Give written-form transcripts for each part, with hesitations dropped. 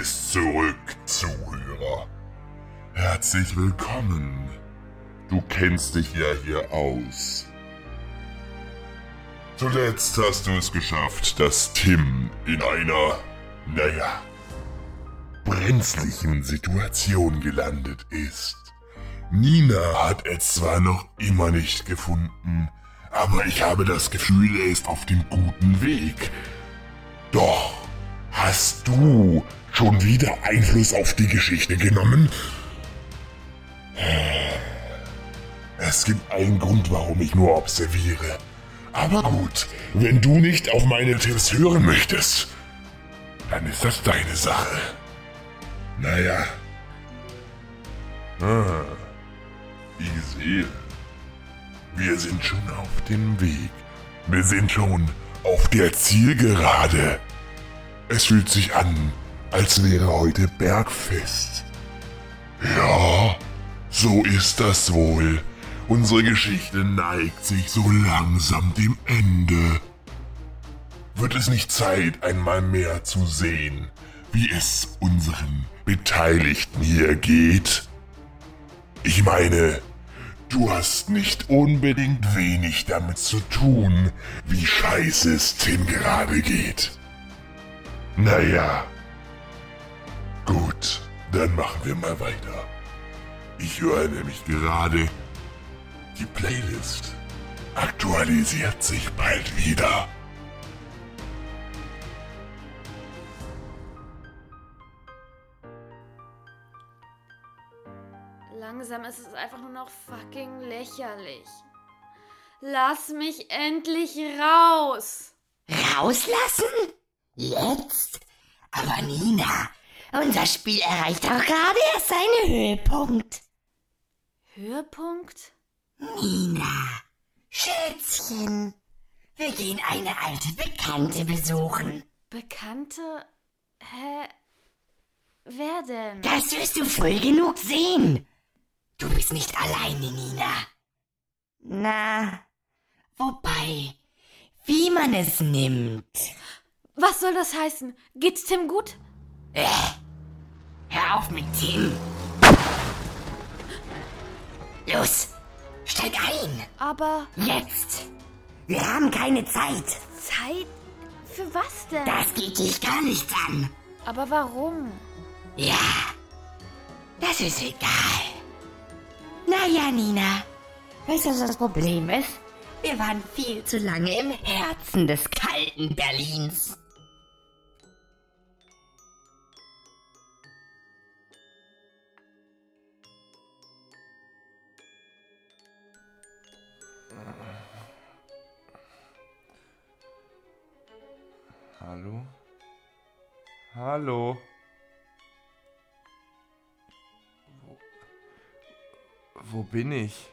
bist zurück, Zuhörer. Herzlich willkommen. Du kennst dich ja hier aus. Zuletzt hast du es geschafft, dass Tim in einer, brenzlichen Situation gelandet ist. Nina hat er zwar noch immer nicht gefunden, aber ich habe das Gefühl, er ist auf dem guten Weg. Doch, hast du schon wieder Einfluss auf die Geschichte genommen? Es gibt einen Grund, warum ich nur observiere. Aber gut, wenn du nicht auf meine Tipps hören möchtest, dann ist das deine Sache. Ich sehe. Wir sind schon auf dem Weg. Wir sind schon auf der Zielgerade. Es fühlt sich an, als wäre heute Bergfest. Ja, so ist das wohl. Unsere Geschichte neigt sich so langsam dem Ende. Wird es nicht Zeit, einmal mehr zu sehen, wie es unseren Beteiligten hier geht? Ich meine, du hast nicht unbedingt wenig damit zu tun, wie scheiße es Tim gerade geht. Gut, dann machen wir mal weiter. Ich höre nämlich gerade, die Playlist aktualisiert sich bald wieder. Langsam ist es einfach nur noch fucking lächerlich. Lass mich endlich raus! Rauslassen? Jetzt? Aber Nina, unser Spiel erreicht doch gerade erst seinen Höhepunkt. Höhepunkt? Nina, Schätzchen, wir gehen eine alte Bekannte besuchen. Bekannte? Hä? Wer denn? Das wirst du früh genug sehen. Du bist nicht alleine, Nina. Na, wobei, wie man es nimmt. Was soll das heißen? Geht's Tim gut? Hör auf mit Tim. Los, steig ein. Aber Jetzt. Wir haben keine Zeit. Zeit? Für was denn? Das geht dich gar nichts an. Aber warum? Ja, das ist egal. Naja, Nina, weißt du, was das Problem ist? Wir waren viel zu lange im Herzen des kalten Berlins. Hallo? Hallo? Wo bin ich?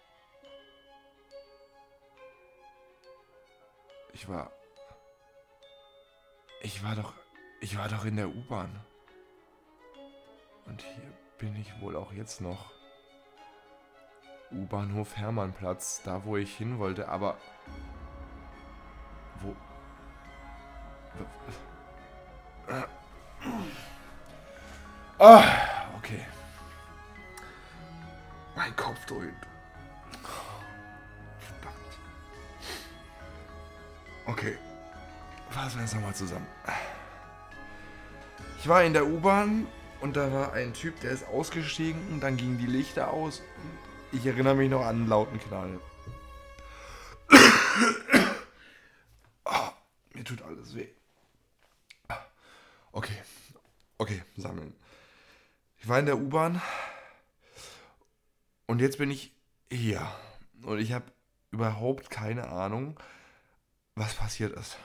Ich war doch in der U-Bahn. Und hier bin ich wohl auch jetzt noch. U-Bahnhof Hermannplatz, da wo ich hin wollte, aber wo... Okay. Mein Kopf dröhnt. Verdammt. Okay. Fassen wir es nochmal zusammen. Ich war in der U-Bahn und da war ein Typ, der ist ausgestiegen und dann gingen die Lichter aus und ich erinnere mich noch an einen lauten Knall. Mir tut alles weh. Okay, sammeln. Ich war in der U-Bahn und jetzt bin ich hier und ich habe überhaupt keine Ahnung, was passiert ist.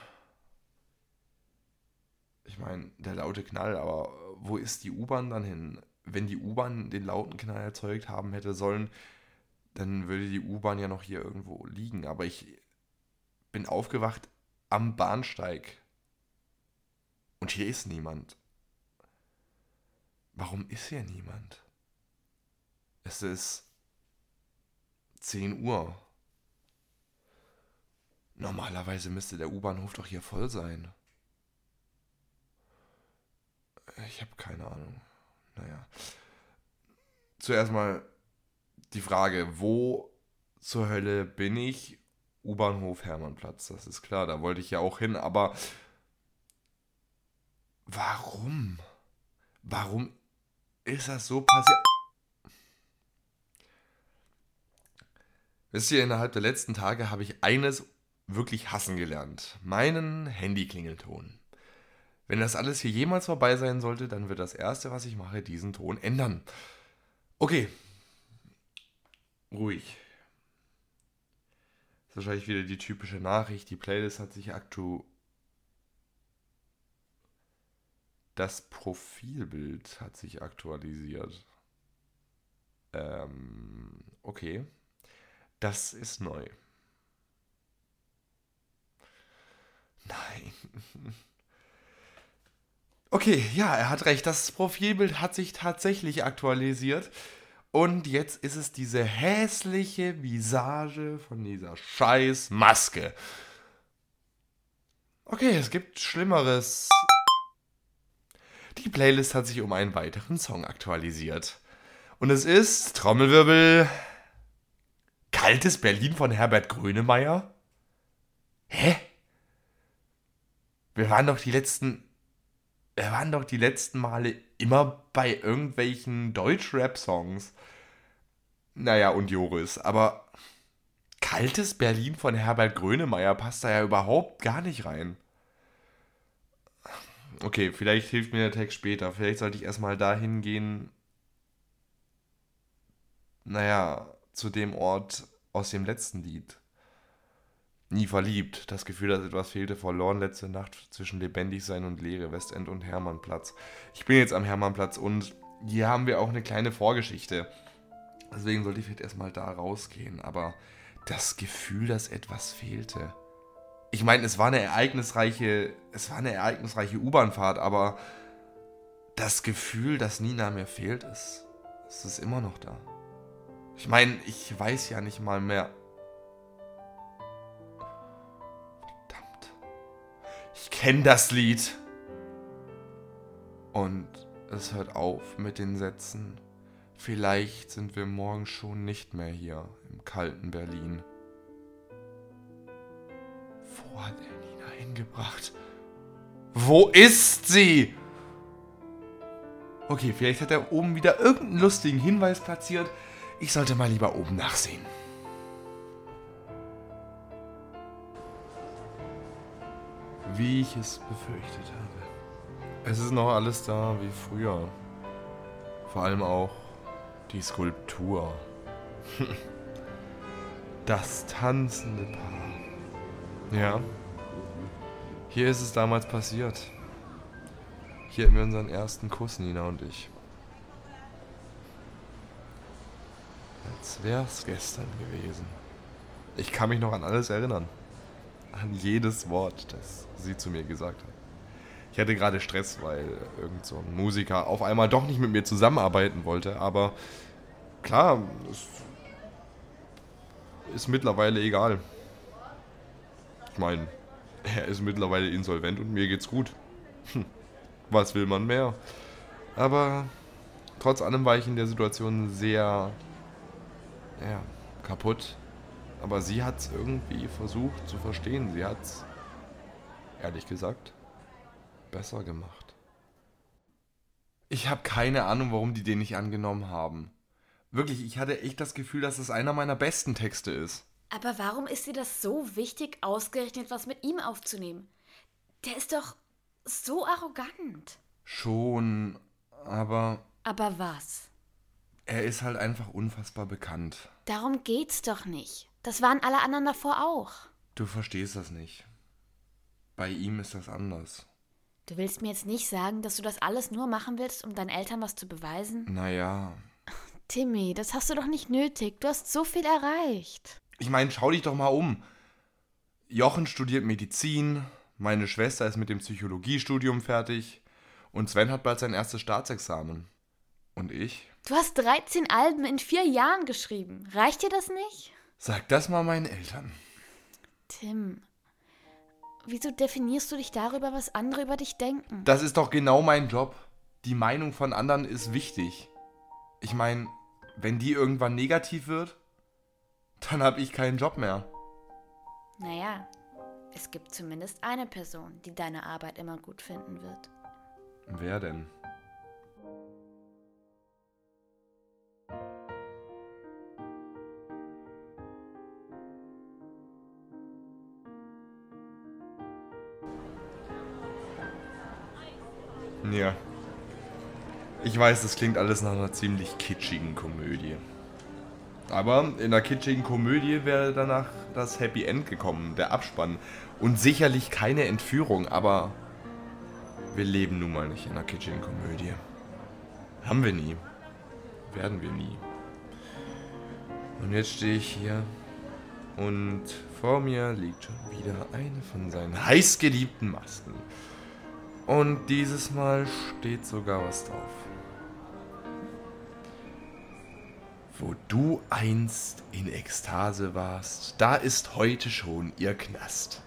Ich meine, der laute Knall, aber wo ist die U-Bahn dann hin? Wenn die U-Bahn den lauten Knall erzeugt haben hätte sollen, dann würde die U-Bahn ja noch hier irgendwo liegen. Aber ich bin aufgewacht am Bahnsteig. Und hier ist niemand. Warum ist hier niemand? Es ist 10 Uhr. Normalerweise müsste der U-Bahnhof doch hier voll sein. Ich habe keine Ahnung. Naja. Zuerst mal die Frage, wo zur Hölle bin ich? U-Bahnhof Hermannplatz, das ist klar, da wollte ich ja auch hin, aber warum? Warum ist das so passiert? Wisst ihr, innerhalb der letzten Tage habe ich eines wirklich hassen gelernt. Meinen Handyklingelton. Wenn das alles hier jemals vorbei sein sollte, dann wird das Erste, was ich mache, diesen Ton ändern. Okay. Ruhig. Das ist wahrscheinlich wieder die typische Nachricht. Die Playlist hat sich Das Profilbild hat sich aktualisiert. Okay. Das ist neu. Nein. Okay, ja, er hat recht. Das Profilbild hat sich tatsächlich aktualisiert. Und jetzt ist es diese hässliche Visage von dieser scheiß Maske. Okay, es gibt Schlimmeres. Die Playlist hat sich um einen weiteren Song aktualisiert. Und es ist, Trommelwirbel, Kaltes Berlin von Herbert Grönemeyer? Hä? Wir waren doch die letzten Male immer bei irgendwelchen Deutsch-Rap-Songs. Naja, und Joris, aber Kaltes Berlin von Herbert Grönemeyer passt da ja überhaupt gar nicht rein. Okay, vielleicht hilft mir der Text später. Vielleicht sollte ich erstmal dahin gehen, zu dem Ort aus dem letzten Lied. Nie verliebt. Das Gefühl, dass etwas fehlte, verloren letzte Nacht zwischen Lebendigsein und Leere, Westend und Hermannplatz. Ich bin jetzt am Hermannplatz und hier haben wir auch eine kleine Vorgeschichte. Deswegen sollte ich vielleicht erstmal da rausgehen. Aber das Gefühl, dass etwas fehlte. Ich meine, es war eine ereignisreiche U-Bahn-Fahrt, aber das Gefühl, dass Nina mir fehlt, es ist immer noch da. Ich meine, ich weiß ja nicht mal mehr. Verdammt. Ich kenne das Lied. Und es hört auf mit den Sätzen. Vielleicht sind wir morgen schon nicht mehr hier im kalten Berlin. Wo hat er Nina hingebracht? Wo ist sie? Okay, vielleicht hat er oben wieder irgendeinen lustigen Hinweis platziert. Ich sollte mal lieber oben nachsehen. Wie ich es befürchtet habe. Es ist noch alles da wie früher. Vor allem auch die Skulptur. Das tanzende Paar. Ja. Hier ist es damals passiert. Hier hatten wir unseren ersten Kuss, Nina und ich. Als wär's gestern gewesen. Ich kann mich noch an alles erinnern. An jedes Wort, das sie zu mir gesagt hat. Ich hatte gerade Stress, weil irgend so ein Musiker auf einmal doch nicht mit mir zusammenarbeiten wollte, aber klar, es ist mittlerweile egal. Ich meine, er ist mittlerweile insolvent und mir geht's gut. Was will man mehr? Aber trotz allem war ich in der Situation sehr, kaputt. Aber sie hat's irgendwie versucht zu verstehen. Sie hat's, ehrlich gesagt, besser gemacht. Ich habe keine Ahnung, warum die den nicht angenommen haben. Wirklich, ich hatte echt das Gefühl, dass es einer meiner besten Texte ist. Aber warum ist dir das so wichtig, ausgerechnet was mit ihm aufzunehmen? Der ist doch so arrogant. Schon, aber... Aber was? Er ist halt einfach unfassbar bekannt. Darum geht's doch nicht. Das waren alle anderen davor auch. Du verstehst das nicht. Bei ihm ist das anders. Du willst mir jetzt nicht sagen, dass du das alles nur machen willst, um deinen Eltern was zu beweisen? Naja. Timmy, das hast du doch nicht nötig. Du hast so viel erreicht. Ich meine, schau dich doch mal um. Jochen studiert Medizin, meine Schwester ist mit dem Psychologiestudium fertig und Sven hat bald sein erstes Staatsexamen. Und ich? Du hast 13 Alben in 4 Jahren geschrieben. Reicht dir das nicht? Sag das mal meinen Eltern. Tim, wieso definierst du dich darüber, was andere über dich denken? Das ist doch genau mein Job. die Meinung von anderen ist wichtig. Ich meine, wenn die irgendwann negativ wird, dann habe ich keinen Job mehr. Naja, es gibt zumindest eine Person, die deine Arbeit immer gut finden wird. Wer denn? Ja. Ich weiß, das klingt alles nach einer ziemlich kitschigen Komödie. Aber in der kitschigen Komödie wäre danach das Happy End gekommen, der Abspann. Und sicherlich keine Entführung, aber wir leben nun mal nicht in einer kitschigen Komödie. Haben wir nie. Werden wir nie. Und jetzt stehe ich hier und vor mir liegt schon wieder eine von seinen heißgeliebten Masken. Und dieses Mal steht sogar was drauf. Wo du einst in Ekstase warst, da ist heute schon ihr Knast.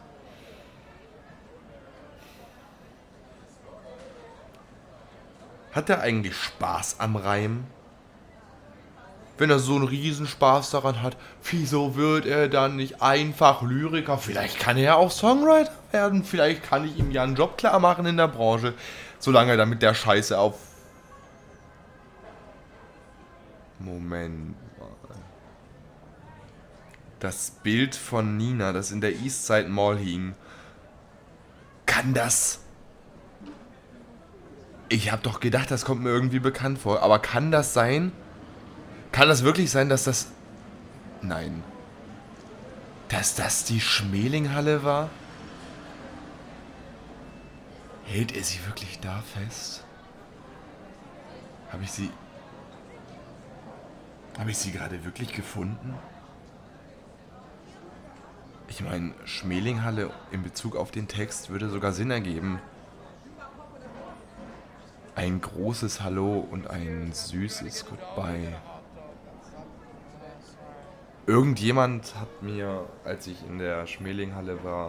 Hat er eigentlich Spaß am Reim? Wenn er so einen Riesenspaß daran hat, wieso wird er dann nicht einfach Lyriker? Vielleicht kann er ja auch Songwriter werden. Vielleicht kann ich ihm ja einen Job klar machen in der Branche, solange er damit der Scheiße auf... Moment mal. Das Bild von Nina, das in der Eastside Mall hing. Kann das... Ich habe doch gedacht, das kommt mir irgendwie bekannt vor. Aber kann das sein? Kann das wirklich sein, dass das... Nein. Dass das die Schmelinghalle war? Hält er sie wirklich da fest? Habe ich sie gerade wirklich gefunden? Ich meine, Schmelinghalle in Bezug auf den Text würde sogar Sinn ergeben. Ein großes Hallo und ein süßes Goodbye. Irgendjemand hat mir, als ich in der Schmelinghalle war,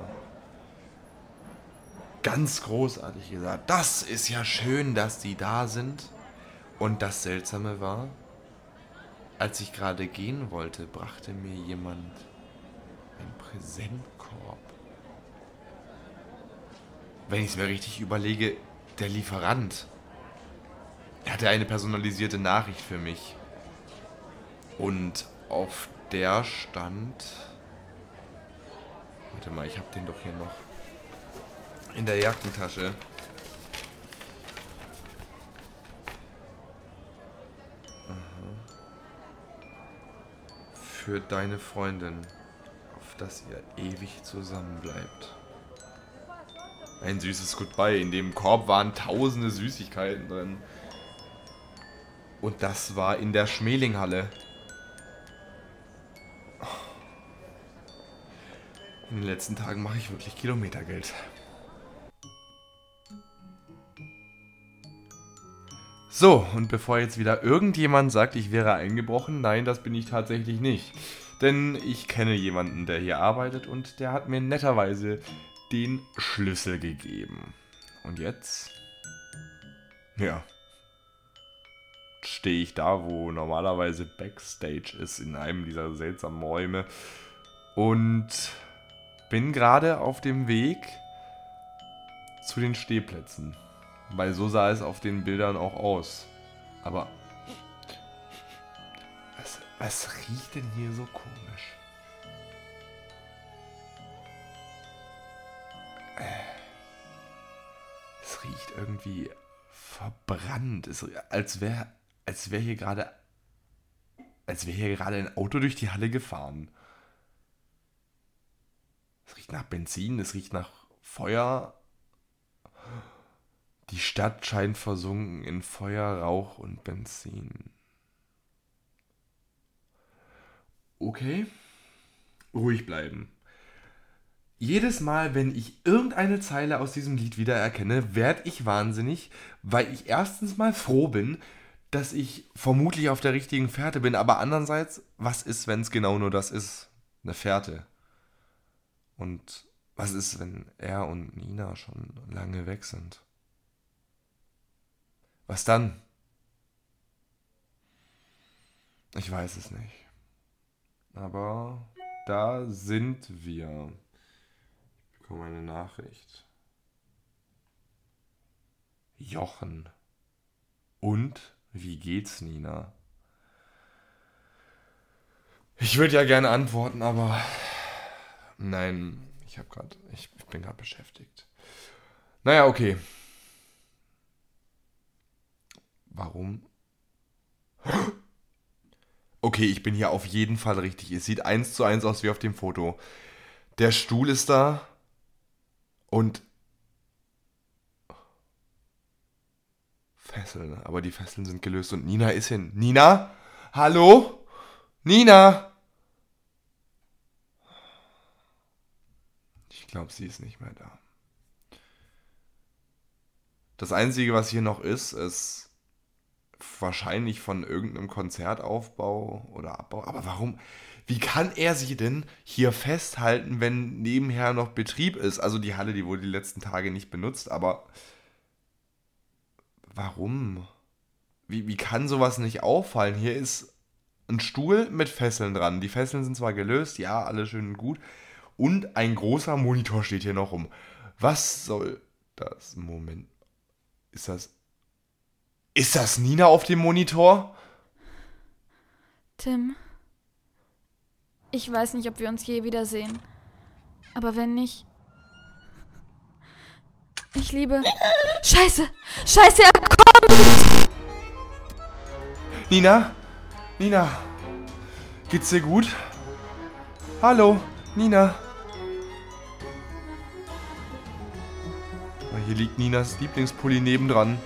ganz großartig gesagt, das ist ja schön, dass die da sind. Und das Seltsame war, als ich gerade gehen wollte, brachte mir jemand einen Präsentkorb. Wenn ich es mir richtig überlege, der Lieferant. Er hatte eine personalisierte Nachricht für mich. Und auf der stand... Warte mal, ich habe den doch hier noch in der Jackentasche. Aha. Für deine Freundin, auf dass ihr ewig zusammen bleibt. Ein süßes Goodbye. In dem Korb waren tausende Süßigkeiten drin. Und das war in der Schmelinghalle. In den letzten Tagen mache ich wirklich Kilometergeld. So, und bevor jetzt wieder irgendjemand sagt, ich wäre eingebrochen, nein, das bin ich tatsächlich nicht. Denn ich kenne jemanden, der hier arbeitet und der hat mir netterweise den Schlüssel gegeben. Und jetzt? Ja. Stehe ich da, wo normalerweise Backstage ist, in einem dieser seltsamen Räume und bin gerade auf dem Weg zu den Stehplätzen, weil so sah es auf den Bildern auch aus. Aber was riecht denn hier so komisch? Es riecht irgendwie verbrannt, als wäre hier gerade ein Auto durch die Halle gefahren. Es riecht nach Benzin, es riecht nach Feuer. Die Stadt scheint versunken in Feuer, Rauch und Benzin. Okay, ruhig bleiben. Jedes Mal, wenn ich irgendeine Zeile aus diesem Lied wiedererkenne, werde ich wahnsinnig, weil ich erstens mal froh bin, dass ich vermutlich auf der richtigen Fährte bin, aber andererseits, was ist, wenn es genau nur das ist? Eine Fährte. Und was ist, wenn er und Nina schon lange weg sind? Was dann? Ich weiß es nicht. Aber da sind wir. Ich bekomme eine Nachricht. Jochen. Und? Wie geht's, Nina? Ich würde ja gerne antworten, aber nein, ich bin gerade beschäftigt. Naja, okay. Warum? Okay, ich bin hier auf jeden Fall richtig. Es sieht 1:1 aus wie auf dem Foto. Der Stuhl ist da und Fesseln. Aber die Fesseln sind gelöst und Nina ist hin. Nina? Hallo? Nina? Ich glaube, sie ist nicht mehr da. Das Einzige, was hier noch ist wahrscheinlich von irgendeinem Konzertaufbau oder Abbau. Aber warum? Wie kann er sie denn hier festhalten, wenn nebenher noch Betrieb ist? Also die Halle, die wurde die letzten Tage nicht benutzt, aber warum? Wie kann sowas nicht auffallen? Hier ist ein Stuhl mit Fesseln dran. Die Fesseln sind zwar gelöst, ja, alles schön und gut. Und ein großer Monitor steht hier noch rum. Was soll das? Moment. Ist das Nina auf dem Monitor? Tim, ich weiß nicht, ob wir uns je wiedersehen. Aber wenn nicht... Ich liebe... Scheiße! Scheiße, er kommt! Nina? Nina? Geht's dir gut? Hallo, Nina? Hier liegt Ninas Lieblingspulli nebendran.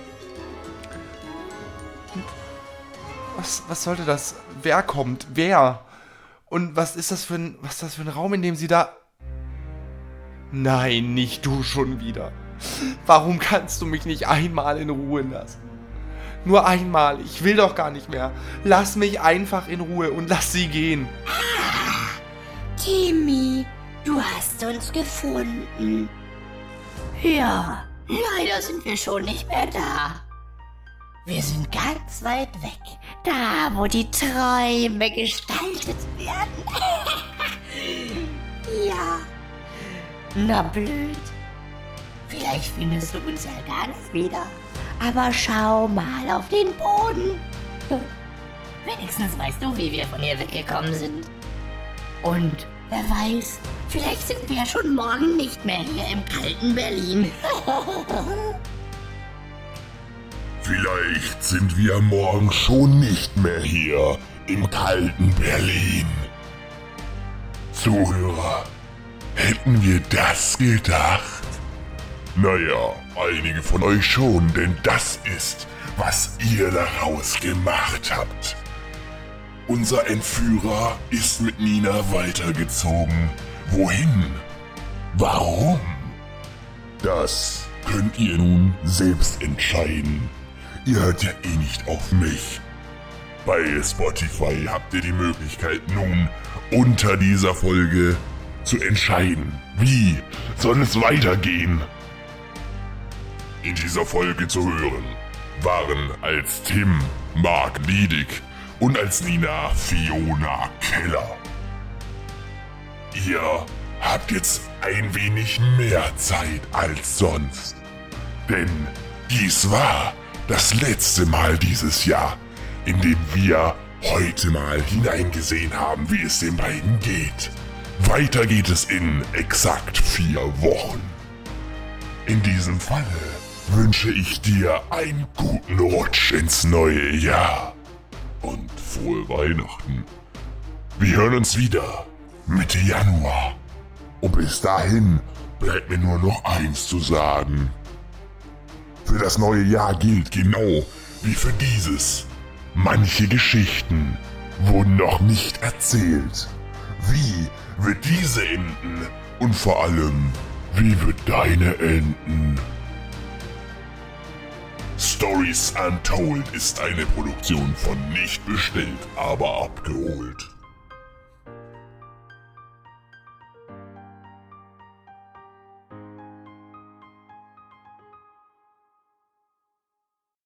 Was sollte das? Wer kommt? Wer? Und was ist das für ein Raum, in dem sie da... Nein, nicht du schon wieder. Warum kannst du mich nicht einmal in Ruhe lassen? Nur einmal. Ich will doch gar nicht mehr. Lass mich einfach in Ruhe und lass sie gehen. Timmy, du hast uns gefunden. Ja, leider sind wir schon nicht mehr da. Wir sind ganz weit weg, da wo die Träume gestaltet werden. Ja, na blöd. Vielleicht findest du uns ja gar nicht wieder. Aber schau mal auf den Boden. Wenigstens weißt du, wie wir von hier weggekommen sind. Und wer weiß, vielleicht sind wir ja schon morgen nicht mehr hier im kalten Berlin. Vielleicht sind wir morgen schon nicht mehr hier im kalten Berlin. Zuhörer, hätten wir das gedacht? Naja, einige von euch schon, denn das ist, was ihr daraus gemacht habt. Unser Entführer ist mit Nina weitergezogen. Wohin? Warum? Das könnt ihr nun selbst entscheiden. Ihr hört ja eh nicht auf mich. Bei Spotify habt ihr die Möglichkeit nun, unter dieser Folge zu entscheiden, wie soll es weitergehen. In dieser Folge zu hören waren als Tim Marc Liedig und als Nina Fiona Keller. Ihr habt jetzt ein wenig mehr Zeit als sonst, denn dies war das letzte Mal dieses Jahr, in dem wir heute mal hineingesehen haben, wie es den beiden geht. Weiter geht es in exakt 4 Wochen. In diesem Falle wünsche ich dir einen guten Rutsch ins neue Jahr und frohe Weihnachten. Wir hören uns wieder Mitte Januar. Und bis dahin bleibt mir nur noch eins zu sagen. Für das neue Jahr gilt genau wie für dieses: manche Geschichten wurden noch nicht erzählt. Wie wird diese enden? Und vor allem, wie wird deine enden? Stories Untold ist eine Produktion von Nicht bestellt, aber abgeholt.